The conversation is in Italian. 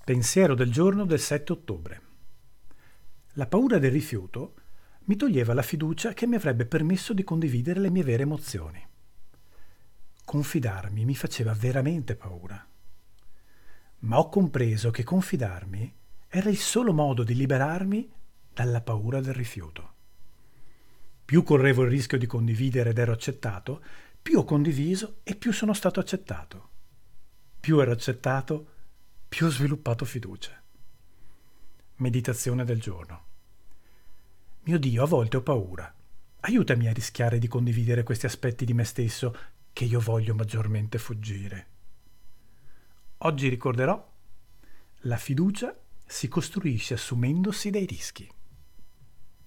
Pensiero del giorno del 7 ottobre. La paura del rifiuto mi toglieva la fiducia che mi avrebbe permesso di condividere le mie vere emozioni. Confidarmi mi faceva veramente paura. Ma ho compreso che confidarmi era il solo modo di liberarmi dalla paura del rifiuto. Più correvo il rischio di condividere ed ero accettato, più ho condiviso e più sono stato accettato. Più ero accettato, più ho sviluppato fiducia. Meditazione del giorno. Mio Dio, a volte ho paura. Aiutami a rischiare di condividere questi aspetti di me stesso che io voglio maggiormente fuggire. Oggi ricorderò: la fiducia si costruisce assumendosi dei rischi.